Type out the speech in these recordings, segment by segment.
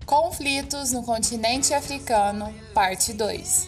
Conflitos no continente africano, parte 2.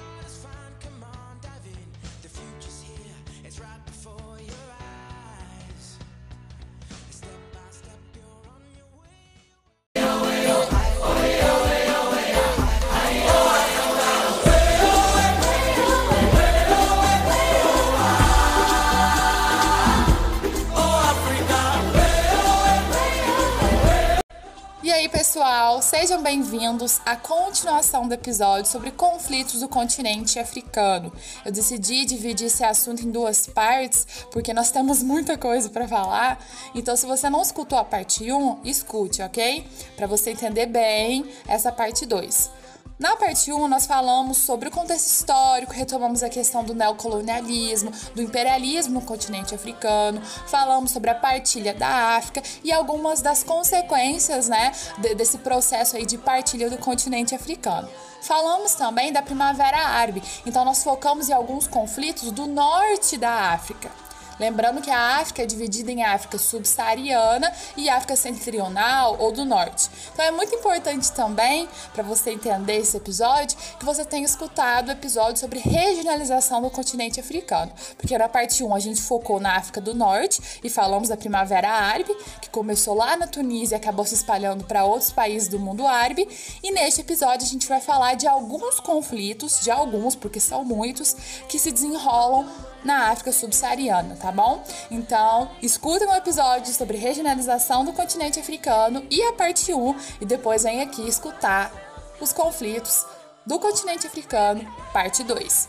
E aí, pessoal, sejam bem-vindos à continuação do episódio sobre conflitos do continente africano. Eu decidi dividir esse assunto em duas partes, porque nós temos muita coisa para falar. Então, se você não escutou a parte 1, escute, ok? Para você entender bem essa parte 2. Na parte 1, nós falamos sobre o contexto histórico, retomamos a questão do neocolonialismo, do imperialismo no continente africano, falamos sobre a partilha da África e algumas das consequências, desse processo aí de partilha do continente africano. Falamos também da Primavera Árabe, então nós focamos em alguns conflitos do norte da África. Lembrando que a África é dividida em África subsaariana e África setentrional ou do norte. Então é muito importante também, para você entender esse episódio, que você tenha escutado o episódio sobre regionalização do continente africano. Porque na parte 1 a gente focou na África do Norte e falamos da Primavera Árabe, que começou lá na Tunísia e acabou se espalhando para outros países do mundo árabe. E neste episódio a gente vai falar de alguns conflitos, porque são muitos, que se desenrolam na África subsaariana, tá bom? Então, escutem um episódio sobre regionalização do continente africano e a parte 1 e depois vem aqui escutar os conflitos do continente africano, parte 2.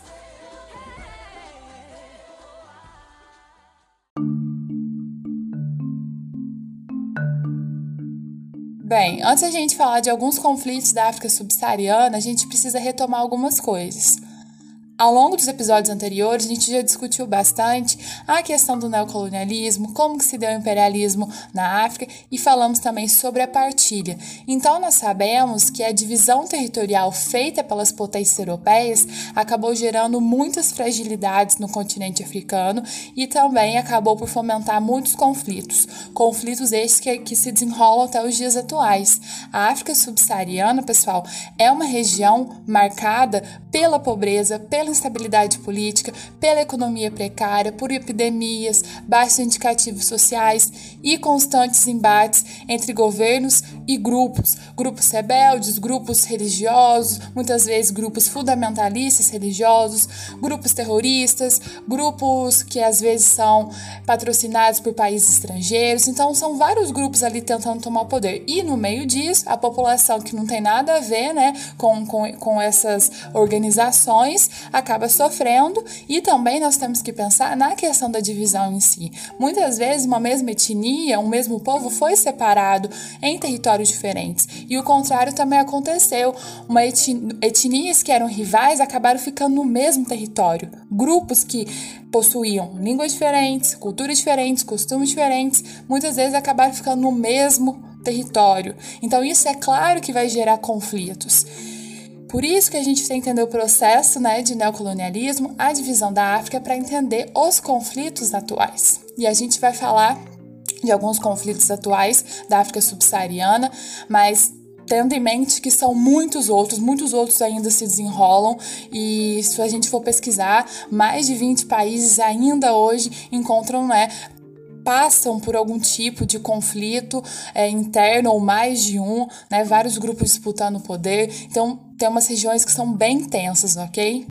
Bem, antes da gente falar de alguns conflitos da África subsaariana, a gente precisa retomar algumas coisas. Ao longo dos episódios anteriores, a gente já discutiu bastante a questão do neocolonialismo, como que se deu o imperialismo na África e falamos também sobre a partilha. Então, nós sabemos que a divisão territorial feita pelas potências europeias acabou gerando muitas fragilidades no continente africano e também acabou por fomentar muitos conflitos estes que se desenrolam até os dias atuais. A África subsaariana, pessoal, é uma região marcada pela pobreza, pela instabilidade política, pela economia precária, por epidemias, baixos indicativos sociais e constantes embates entre governos e grupos rebeldes, grupos religiosos, muitas vezes grupos fundamentalistas religiosos, grupos terroristas, grupos que às vezes são patrocinados por países estrangeiros. Então são vários grupos ali tentando tomar o poder. E no meio disso, a população que não tem nada a ver, com essas organizações acaba sofrendo, e também nós temos que pensar na questão da divisão em si. Muitas vezes uma mesma etnia, um mesmo povo foi separado em territórios diferentes, e o contrário também aconteceu. Etnias que eram rivais acabaram ficando no mesmo território. Grupos que possuíam línguas diferentes, culturas diferentes, costumes diferentes, muitas vezes acabaram ficando no mesmo território. Então isso é claro que vai gerar conflitos. Por isso que a gente tem que entender o processo de neocolonialismo, a divisão da África, para entender os conflitos atuais. E a gente vai falar de alguns conflitos atuais da África subsaariana, mas tendo em mente que são muitos outros ainda se desenrolam, e se a gente for pesquisar, mais de 20 países ainda hoje passam por algum tipo de conflito interno ou mais de um, vários grupos disputando o poder. Então, tem umas regiões que são bem tensas, ok?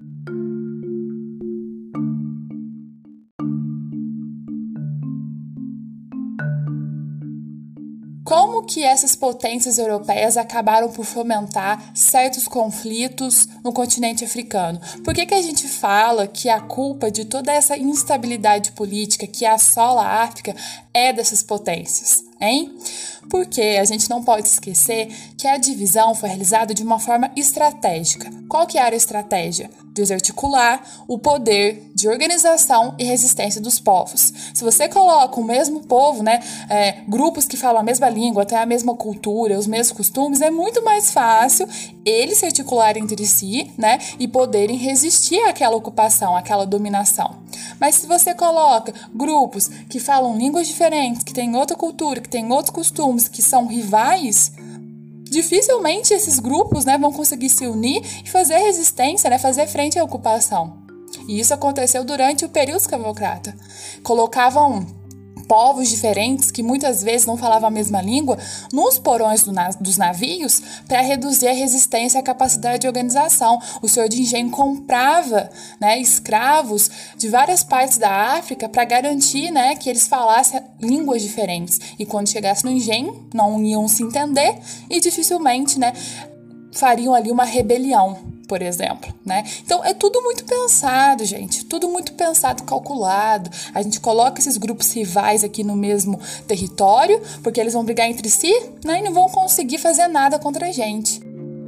Como que essas potências europeias acabaram por fomentar certos conflitos no continente africano? Por que a gente fala que a culpa de toda essa instabilidade política que assola a África é dessas potências, hein? Porque a gente não pode esquecer que a divisão foi realizada de uma forma estratégica. Qual que era a estratégia? Desarticular o poder de organização e resistência dos povos. Se você coloca o mesmo povo, grupos que falam a mesma língua, até a mesma cultura, os mesmos costumes, é muito mais fácil eles se articularem entre si, e poderem resistir àquela ocupação, àquela dominação. Mas se você coloca grupos que falam línguas diferentes, que têm outra cultura, que têm outros costumes, que são rivais, dificilmente esses grupos, né, vão conseguir se unir e fazer resistência, né, fazer frente à ocupação. E isso aconteceu durante o período escravocrata. Colocavam povos diferentes, que muitas vezes não falavam a mesma língua, nos porões dos navios para reduzir a resistência e a capacidade de organização. O senhor de engenho comprava, né, escravos de várias partes da África para garantir, né, que eles falassem línguas diferentes. E quando chegasse no engenho, não iam se entender e dificilmente, né, fariam ali uma rebelião, por exemplo, né? Então, é tudo muito pensado, gente. Tudo muito pensado, calculado. A gente coloca esses grupos rivais aqui no mesmo território, porque eles vão brigar entre si, né? E não vão conseguir fazer nada contra a gente.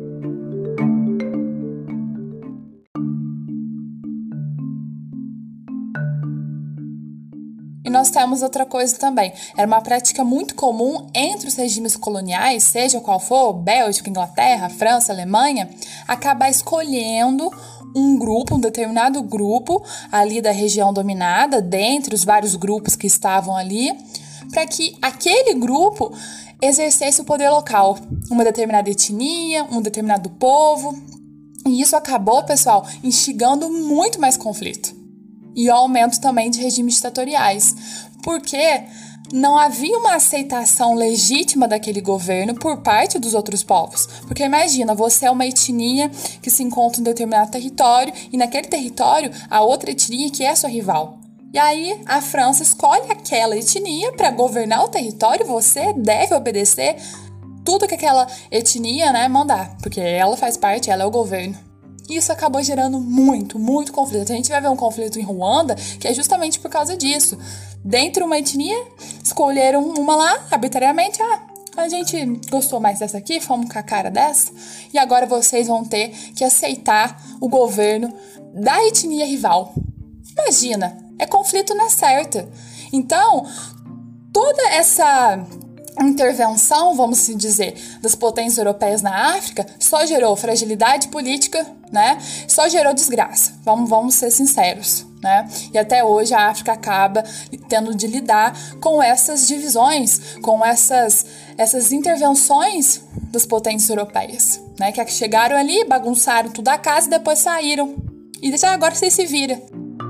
E nós temos outra coisa também. Era uma prática muito comum entre os regimes coloniais, seja qual for, Bélgica, Inglaterra, França, Alemanha, acabar escolhendo um determinado grupo ali da região dominada, dentre os vários grupos que estavam ali, para que aquele grupo exercesse o poder local, uma determinada etnia, um determinado povo. E isso acabou, pessoal, instigando muito mais conflito. E o aumento também de regimes ditatoriais, porque não havia uma aceitação legítima daquele governo por parte dos outros povos. Porque imagina, você é uma etnia que se encontra em um determinado território e naquele território há outra etnia que é sua rival. E aí a França escolhe aquela etnia para governar o território e você deve obedecer tudo que aquela etnia, né, mandar, porque ela faz parte, ela é o governo. Isso acabou gerando muito conflito. A gente vai ver um conflito em Ruanda que é justamente por causa disso. Dentro de uma etnia, escolheram uma lá, arbitrariamente. A gente gostou mais dessa aqui, fomos com a cara dessa. E agora vocês vão ter que aceitar o governo da etnia rival. Imagina, é conflito na certa. Então, toda essa intervenção, vamos dizer, das potências europeias na África só gerou fragilidade política, né? Só gerou desgraça. Vamos ser sinceros, né? E até hoje a África acaba tendo de lidar com essas divisões, com essas intervenções das potências europeias, né? Que chegaram ali, bagunçaram tudo a casa e depois saíram. E já agora vocês se viram.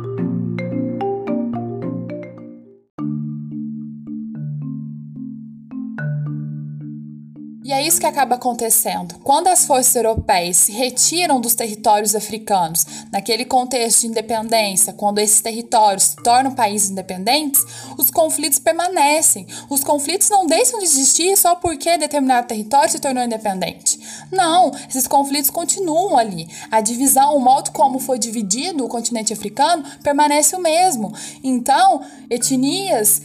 E é isso que acaba acontecendo. Quando as forças europeias se retiram dos territórios africanos, naquele contexto de independência, quando esses territórios se tornam países independentes, os conflitos permanecem. Os conflitos não deixam de existir só porque determinado território se tornou independente. Não, esses conflitos continuam ali. A divisão, o modo como foi dividido o continente africano, permanece o mesmo. Então, etnias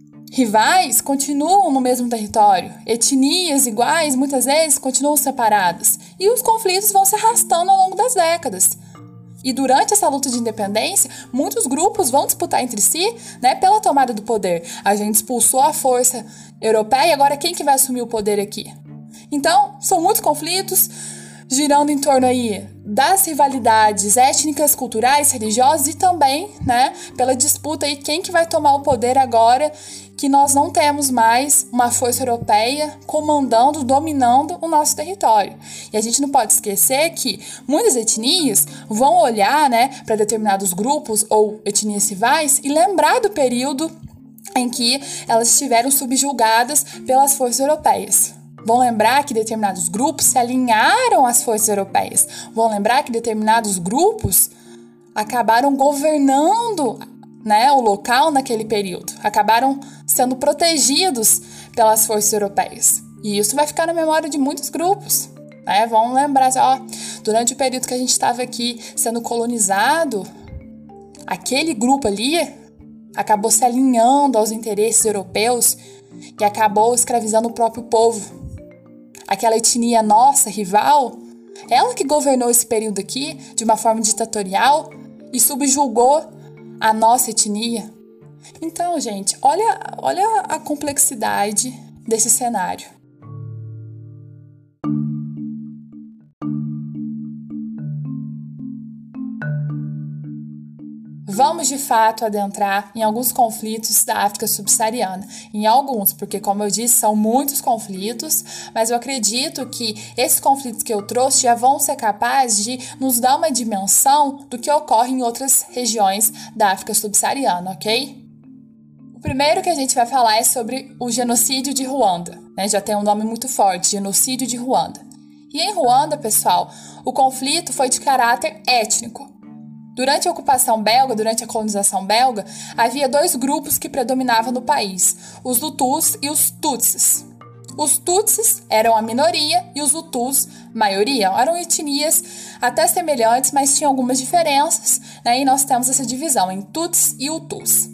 rivais continuam no mesmo território. Etnias iguais, muitas vezes, continuam separadas. E os conflitos vão se arrastando ao longo das décadas. E durante essa luta de independência, muitos grupos vão disputar entre si, né, pela tomada do poder. A gente expulsou a força europeia e agora quem que vai assumir o poder aqui? Então, são muitos conflitos girando em torno aí das rivalidades étnicas, culturais, religiosas e também, né, pela disputa aí quem que vai tomar o poder agora que nós não temos mais uma força europeia comandando, dominando o nosso território. E a gente não pode esquecer que muitas etnias vão olhar, né, para determinados grupos ou etnias rivais e lembrar do período em que elas estiveram subjugadas pelas forças europeias. Vão lembrar que determinados grupos se alinharam às forças europeias. Vão lembrar que determinados grupos acabaram governando, né, o local naquele período. Acabaram sendo protegidos pelas forças europeias. E isso vai ficar na memória de muitos grupos. Né? Vão lembrar, durante o período que a gente estava aqui sendo colonizado, aquele grupo ali acabou se alinhando aos interesses europeus e acabou escravizando o próprio povo. Aquela etnia nossa, rival, ela que governou esse período aqui de uma forma ditatorial e subjugou a nossa etnia. Então, gente, olha a complexidade desse cenário. vamos de fato adentrar em alguns conflitos da África subsaariana. Em alguns, porque como eu disse, são muitos conflitos, mas eu acredito que esses conflitos que eu trouxe já vão ser capazes de nos dar uma dimensão do que ocorre em outras regiões da África subsaariana, ok? O primeiro que a gente vai falar é sobre o genocídio de Ruanda, né? Já tem um nome muito forte, genocídio de Ruanda. E em Ruanda, pessoal, o conflito foi de caráter étnico. Durante a ocupação belga, durante a colonização belga, havia dois grupos que predominavam no país, os Hutus e os Tutsis. Os Tutsis eram a minoria e os Hutus, maioria. Eram etnias até semelhantes, mas tinham algumas diferenças, né? E nós temos essa divisão em Tutsis e Hutus.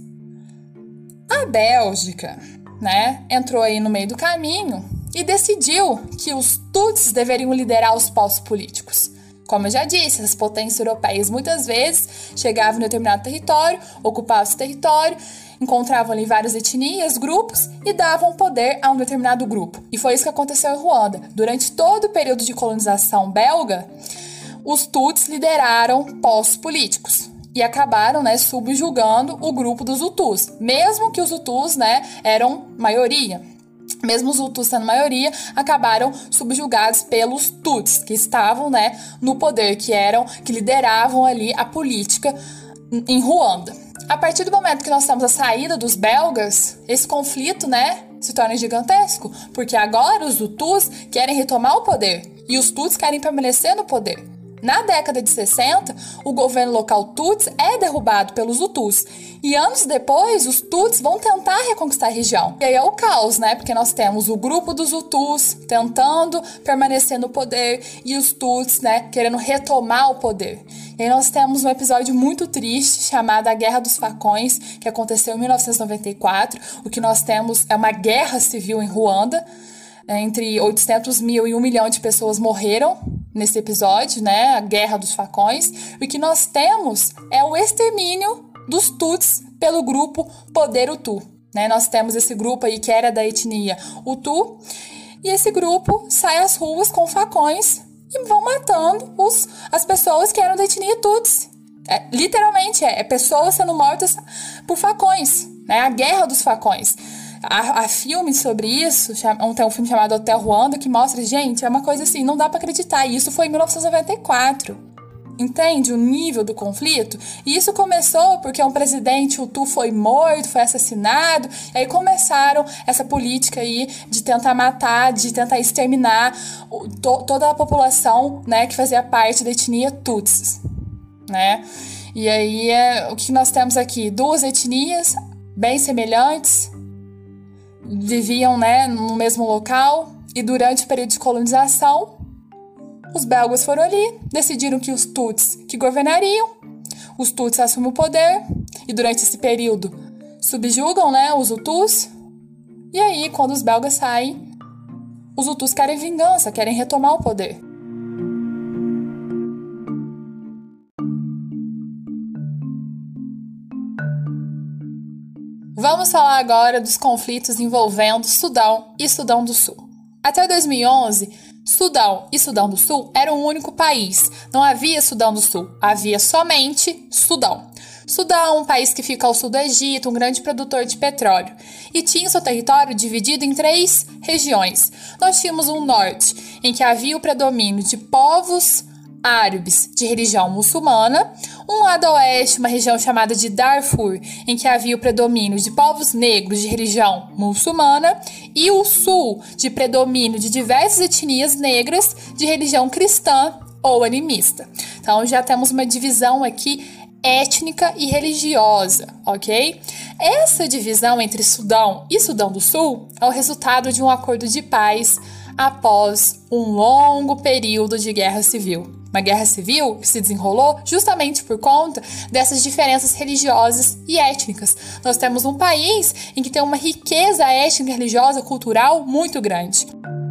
A Bélgica, né, entrou aí no meio do caminho e decidiu que os Tutsis deveriam liderar os postos políticos. Como eu já disse, as potências europeias muitas vezes chegavam em determinado território, ocupavam esse território, encontravam ali várias etnias, grupos e davam poder a um determinado grupo. E foi isso que aconteceu em Ruanda. Durante todo o período de colonização belga, os Tutsis lideraram postos políticos e acabaram, né, subjugando o grupo dos Hutus, mesmo que os Hutus, né, eram maioria. Mesmo os Hutus sendo maioria, acabaram subjugados pelos Tutsis, que estavam, né, no poder, que lideravam ali a política em Ruanda. A partir do momento que nós temos a saída dos belgas, esse conflito, né, se torna gigantesco, porque agora os Hutus querem retomar o poder e os Tutsis querem permanecer no poder. Na década de 60, o governo local Tutsi é derrubado pelos Hutus. E anos depois, os Tutsis vão tentar reconquistar a região. E aí é o caos, né? Porque nós temos o grupo dos Hutus tentando permanecer no poder e os Tutsis, né, querendo retomar o poder. E aí nós temos um episódio muito triste chamado A Guerra dos Facões, que aconteceu em 1994. O que nós temos é uma guerra civil em Ruanda. Entre 800 mil e 1 milhão de pessoas morreram nesse episódio, né? A Guerra dos Facões. O que nós temos é o extermínio dos Tutsis pelo grupo Poder Hutu, né? Nós temos esse grupo aí que era da etnia Hutu, e esse grupo sai às ruas com facões e vão matando as pessoas que eram da etnia Tutsi. Literalmente, pessoas sendo mortas por facões, né? A Guerra dos Facões. Há filmes sobre isso, tem um filme chamado Hotel Ruanda que mostra, gente, é uma coisa assim, não dá pra acreditar, e isso foi em 1994, entende o nível do conflito? E isso começou porque um presidente Hutu foi morto, foi assassinado, e aí começaram essa política aí de tentar matar, de tentar exterminar toda a população, né, que fazia parte da etnia Tutsis, né? E aí, o que nós temos aqui? Duas etnias bem semelhantes, viviam, né, no mesmo local, e durante o período de colonização, os belgas foram ali, decidiram que os Tutsis que governariam, os Tutsis assumem o poder, e durante esse período subjugam, né, os Hutus, e aí, quando os belgas saem, os Hutus querem vingança, querem retomar o poder. Vamos falar agora dos conflitos envolvendo Sudão e Sudão do Sul. Até 2011, Sudão e Sudão do Sul eram um único país. Não havia Sudão do Sul, havia somente Sudão. Sudão é um país que fica ao sul do Egito, um grande produtor de petróleo, e tinha seu território dividido em 3 regiões. Nós tínhamos um norte, em que havia o predomínio de povos árabes de religião muçulmana, um lado oeste, uma região chamada de Darfur, em que havia o predomínio de povos negros de religião muçulmana, e o sul, de predomínio de diversas etnias negras de religião cristã ou animista. Então já temos uma divisão aqui étnica e religiosa, ok? Essa divisão entre Sudão e Sudão do Sul é o resultado de um acordo de paz após um longo período de guerra civil. Uma guerra civil que se desenrolou justamente por conta dessas diferenças religiosas e étnicas. Nós temos um país em que tem uma riqueza étnica, religiosa, cultural muito grande.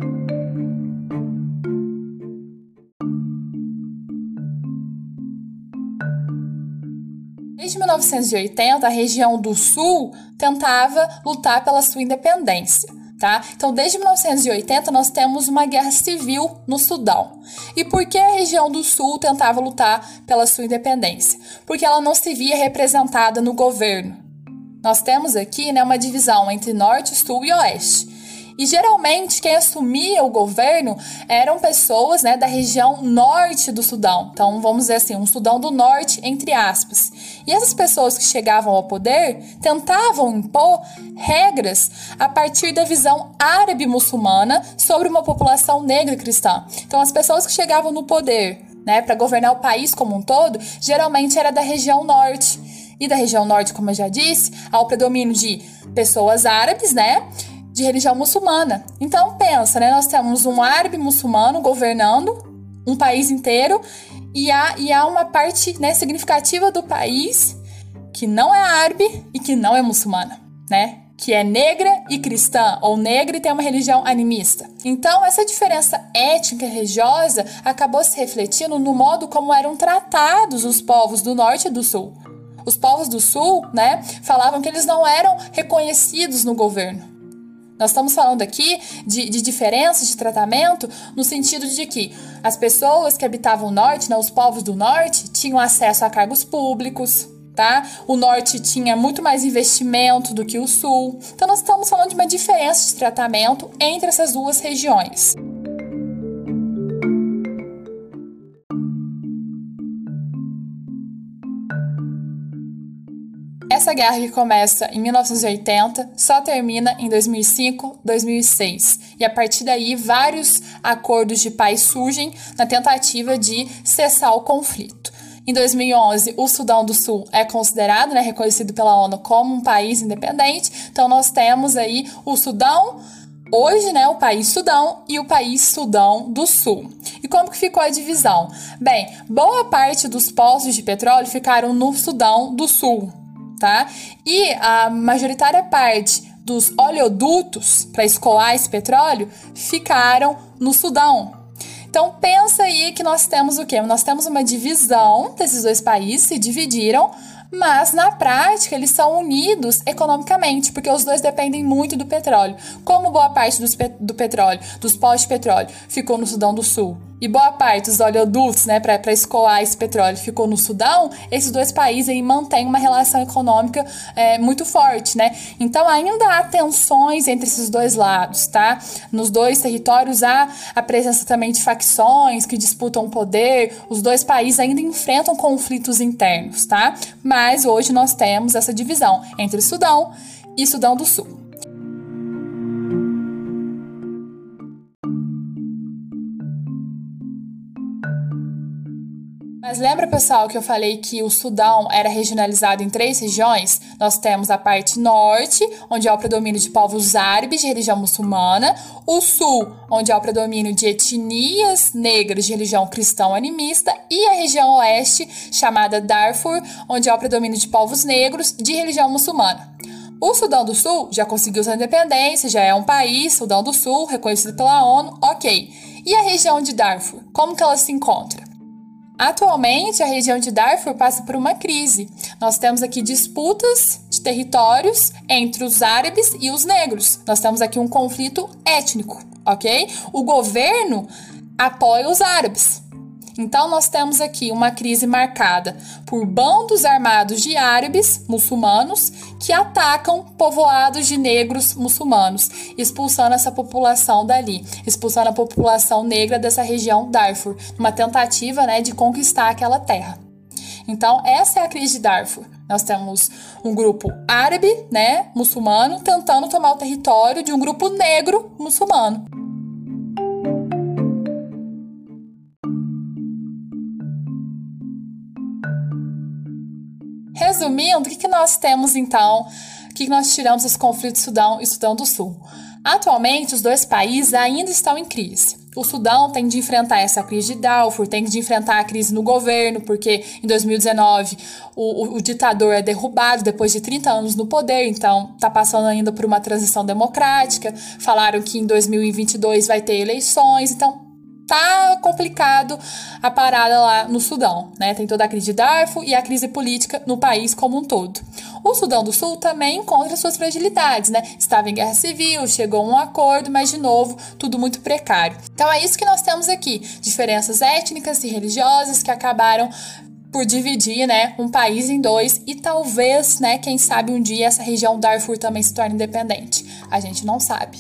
Desde 1980, a região do Sul tentava lutar pela sua independência. Tá? Então, desde 1980, nós temos uma guerra civil no Sudão. E por que a região do Sul tentava lutar pela sua independência? Porque ela não se via representada no governo. Nós temos aqui, né, uma divisão entre Norte, Sul e Oeste. E geralmente quem assumia o governo eram pessoas, né, da região norte do Sudão. Então, vamos dizer assim, um Sudão do Norte, entre aspas. E essas pessoas que chegavam ao poder tentavam impor regras a partir da visão árabe-muçulmana sobre uma população negra e cristã. Então, as pessoas que chegavam no poder, né, para governar o país como um todo, geralmente era da região norte. E da região norte, como eu já disse, há o predomínio de pessoas árabes, né, de religião muçulmana. Então pensa, né? Nós temos um árabe muçulmano governando um país inteiro e há uma parte, né, significativa do país que não é árabe e que não é muçulmana, né? Que é negra e cristã, ou negra e tem uma religião animista. Então, essa diferença étnica e religiosa acabou se refletindo no modo como eram tratados os povos do Norte e do Sul. Os povos do Sul, né, falavam que eles não eram reconhecidos no governo. Nós estamos falando aqui de diferenças de tratamento no sentido de que as pessoas que habitavam o norte, né, os povos do norte, tinham acesso a cargos públicos, tá? O norte tinha muito mais investimento do que o sul. Então, nós estamos falando de uma diferença de tratamento entre essas duas regiões. Essa guerra que começa em 1980 só termina em 2005, 2006. E a partir daí, vários acordos de paz surgem na tentativa de cessar o conflito. Em 2011, o Sudão do Sul é considerado, né, reconhecido pela ONU como um país independente. Então, nós temos aí o Sudão, hoje, né, o país Sudão e o país Sudão do Sul. E como que ficou a divisão? Bem, boa parte dos poços de petróleo ficaram no Sudão do Sul, tá? E a majoritária parte dos oleodutos para escoar esse petróleo ficaram no Sudão. Então pensa aí que nós temos o quê? Nós temos uma divisão desses dois países, se dividiram, mas na prática eles são unidos economicamente, porque os dois dependem muito do petróleo. Como boa parte do petróleo, dos poços de petróleo, ficou no Sudão do Sul, e boa parte dos oleodutos, né, para escoar esse petróleo ficou no Sudão, esses dois países aí mantêm uma relação econômica muito forte, né? Então ainda há tensões entre esses dois lados, tá? Nos dois territórios há a presença também de facções que disputam o poder, os dois países ainda enfrentam conflitos internos, tá? Mas hoje nós temos essa divisão entre Sudão e Sudão do Sul. Mas lembra, pessoal, que eu falei que o Sudão era regionalizado em 3 regiões? Nós temos a parte norte, onde há o predomínio de povos árabes de religião muçulmana, o sul, onde há o predomínio de etnias negras de religião cristã animista, e a região oeste, chamada Darfur, onde há o predomínio de povos negros de religião muçulmana. O Sudão do Sul já conseguiu sua independência, já é um país, Sudão do Sul, reconhecido pela ONU, ok. E a região de Darfur, como que ela se encontra? Atualmente, a região de Darfur passa por uma crise. Nós temos aqui disputas de territórios entre os árabes e os negros. Nós temos aqui um conflito étnico, ok? O governo apoia os árabes. Então, nós temos aqui uma crise marcada por bandos armados de árabes muçulmanos que atacam povoados de negros muçulmanos, expulsando essa população dali, expulsando a população negra dessa região Darfur, numa tentativa, né, de conquistar aquela terra. Então, essa é a crise de Darfur. Nós temos um grupo árabe, né, muçulmano, tentando tomar o território de um grupo negro muçulmano. Resumindo, o que nós temos então? O que nós tiramos dos conflitos Sudão e Sudão do Sul? Atualmente, os dois países ainda estão em crise. O Sudão tem de enfrentar essa crise de Darfur, tem de enfrentar a crise no governo, porque em 2019 o ditador é derrubado depois de 30 anos no poder, então está passando ainda por uma transição democrática. Falaram que em 2022 vai ter eleições, então tá complicado a parada lá no Sudão, né? Tem toda a crise de Darfur e a crise política no país como um todo. O Sudão do Sul também encontra suas fragilidades, né? Estava em guerra civil, chegou a um acordo, mas de novo, tudo muito precário. Então é isso que nós temos aqui, diferenças étnicas e religiosas que acabaram por dividir, né, um país em dois e talvez, né, quem sabe um dia essa região Darfur também se torne independente. A gente não sabe.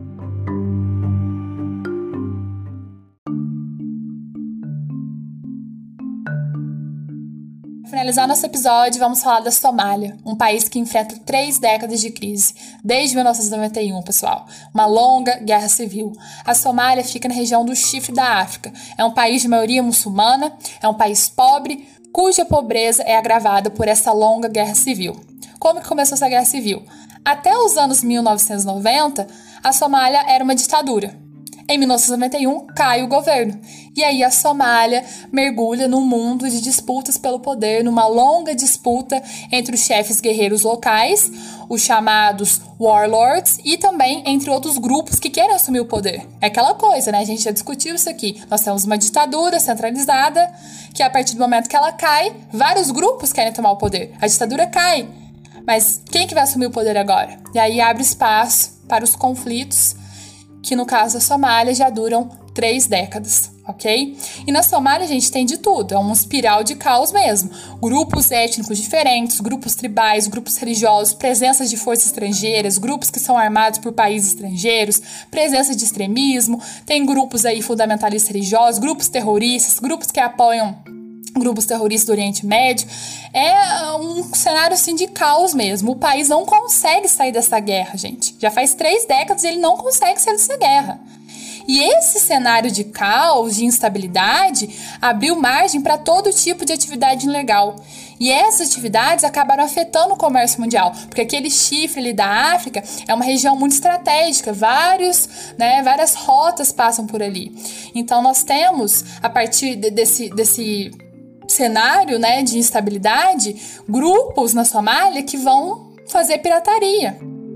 Para finalizar nosso episódio, vamos falar da Somália, um país que enfrenta 3 décadas de crise, desde 1991, pessoal. Uma longa guerra civil. A Somália fica na região do Chifre da África. É um país de maioria muçulmana, é um país pobre, cuja pobreza é agravada por essa longa guerra civil. Como que começou essa guerra civil? Até os anos 1990, a Somália era uma ditadura. Em 1991, cai o governo. E aí a Somália mergulha num mundo de disputas pelo poder, numa longa disputa entre os chefes guerreiros locais, os chamados warlords, e também entre outros grupos que querem assumir o poder. É aquela coisa, né? A gente já discutiu isso aqui. Nós temos uma ditadura centralizada, que a partir do momento que ela cai, vários grupos querem tomar o poder. A ditadura cai. Mas quem que vai assumir o poder agora? E aí abre espaço para os conflitos, que no caso da Somália já duram 3 décadas, ok? E na Somália, gente, tem de tudo, é uma espiral de caos mesmo. Grupos étnicos diferentes, grupos tribais, grupos religiosos, presenças de forças estrangeiras, grupos que são armados por países estrangeiros, presença de extremismo, tem grupos aí fundamentalistas religiosos, grupos terroristas, grupos que apoiam grupos terroristas do Oriente Médio. É um cenário assim de caos mesmo. O país não consegue sair dessa guerra, gente. Já faz 3 décadas e ele não consegue sair dessa guerra. E esse cenário de caos, de instabilidade, abriu margem para todo tipo de atividade ilegal. E essas atividades acabaram afetando o comércio mundial, porque aquele chifre ali da África é uma região muito estratégica, várias rotas passam por ali. Então nós temos, a partir desse cenário, né, de instabilidade, grupos na Somália que vão fazer pirataria.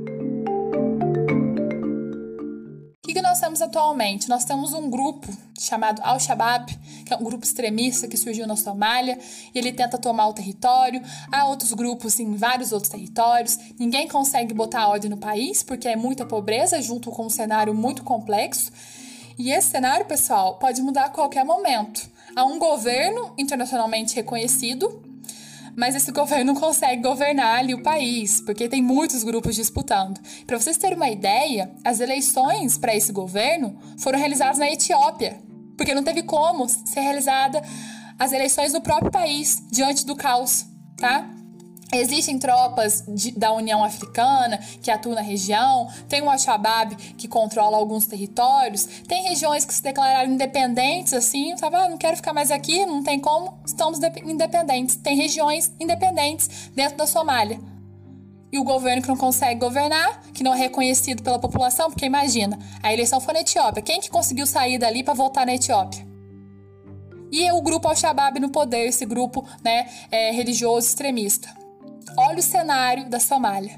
O que nós temos atualmente? Nós temos um grupo chamado Al-Shabaab, que é um grupo extremista que surgiu na Somália, e ele tenta tomar o território. Há outros grupos em vários outros territórios. Ninguém consegue botar ordem no país, porque é muita pobreza, junto com um cenário muito complexo. E esse cenário, pessoal, pode mudar a qualquer momento. Há um governo internacionalmente reconhecido, mas esse governo não consegue governar ali o país, porque tem muitos grupos disputando. Para vocês terem uma ideia, as eleições para esse governo foram realizadas na Etiópia, porque não teve como ser realizada as eleições no próprio país, diante do caos, tá? Existem tropas da União Africana que atuam na região, tem o Al-Shabaab que controla alguns territórios, tem regiões que se declararam independentes, assim, não quero ficar mais aqui, não tem como, estamos independentes. Tem regiões independentes dentro da Somália. E o governo que não consegue governar, que não é reconhecido pela população, porque imagina, a eleição foi na Etiópia, quem que conseguiu sair dali para votar na Etiópia? E o grupo Al-Shabaab no poder, esse grupo, né, religioso extremista. Olha o cenário da Somália.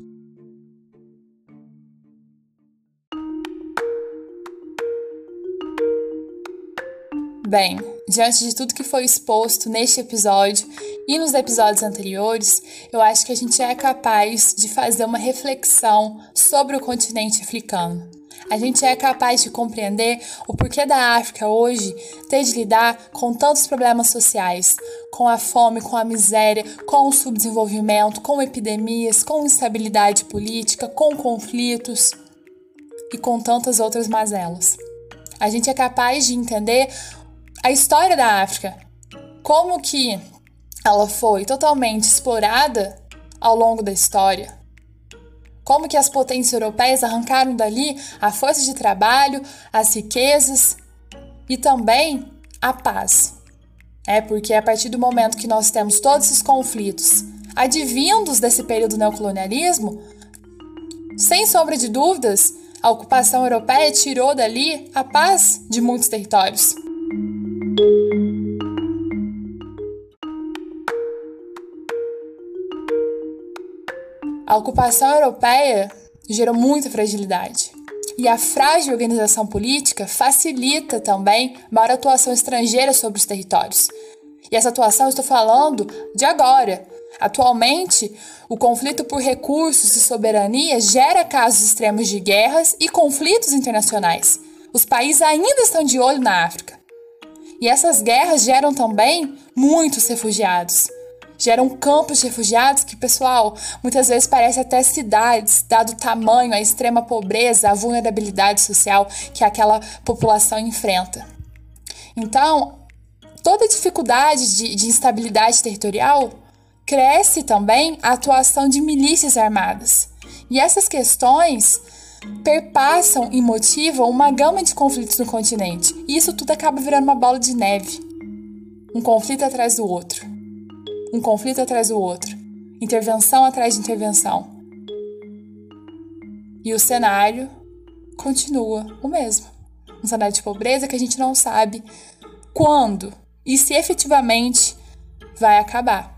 Bem, diante de tudo que foi exposto neste episódio e nos episódios anteriores, eu acho que a gente é capaz de fazer uma reflexão sobre o continente africano. A gente é capaz de compreender o porquê da África hoje ter de lidar com tantos problemas sociais, com a fome, com a miséria, com o subdesenvolvimento, com epidemias, com instabilidade política, com conflitos e com tantas outras mazelas. A gente é capaz de entender a história da África, como que ela foi totalmente explorada ao longo da história. Como que as potências europeias arrancaram dali a força de trabalho, as riquezas e também a paz. Porque a partir do momento que nós temos todos esses conflitos advindos desse período do neocolonialismo, sem sombra de dúvidas, a ocupação europeia tirou dali a paz de muitos territórios. A ocupação europeia gerou muita fragilidade. E a frágil organização política facilita também maior atuação estrangeira sobre os territórios. E essa atuação eu estou falando de agora. Atualmente, o conflito por recursos e soberania gera casos extremos de guerras e conflitos internacionais. Os países ainda estão de olho na África. E essas guerras geram também muitos refugiados. Geram campos de refugiados que, pessoal, muitas vezes parecem até cidades, dado o tamanho, a extrema pobreza, a vulnerabilidade social que aquela população enfrenta. Então, toda dificuldade de instabilidade territorial cresce também a atuação de milícias armadas. E essas questões perpassam e motivam uma gama de conflitos no continente. E isso tudo acaba virando uma bola de neve. Um conflito atrás do outro. Um conflito atrás do outro. Intervenção atrás de intervenção. E o cenário continua o mesmo. Um cenário de pobreza que a gente não sabe quando e se efetivamente vai acabar.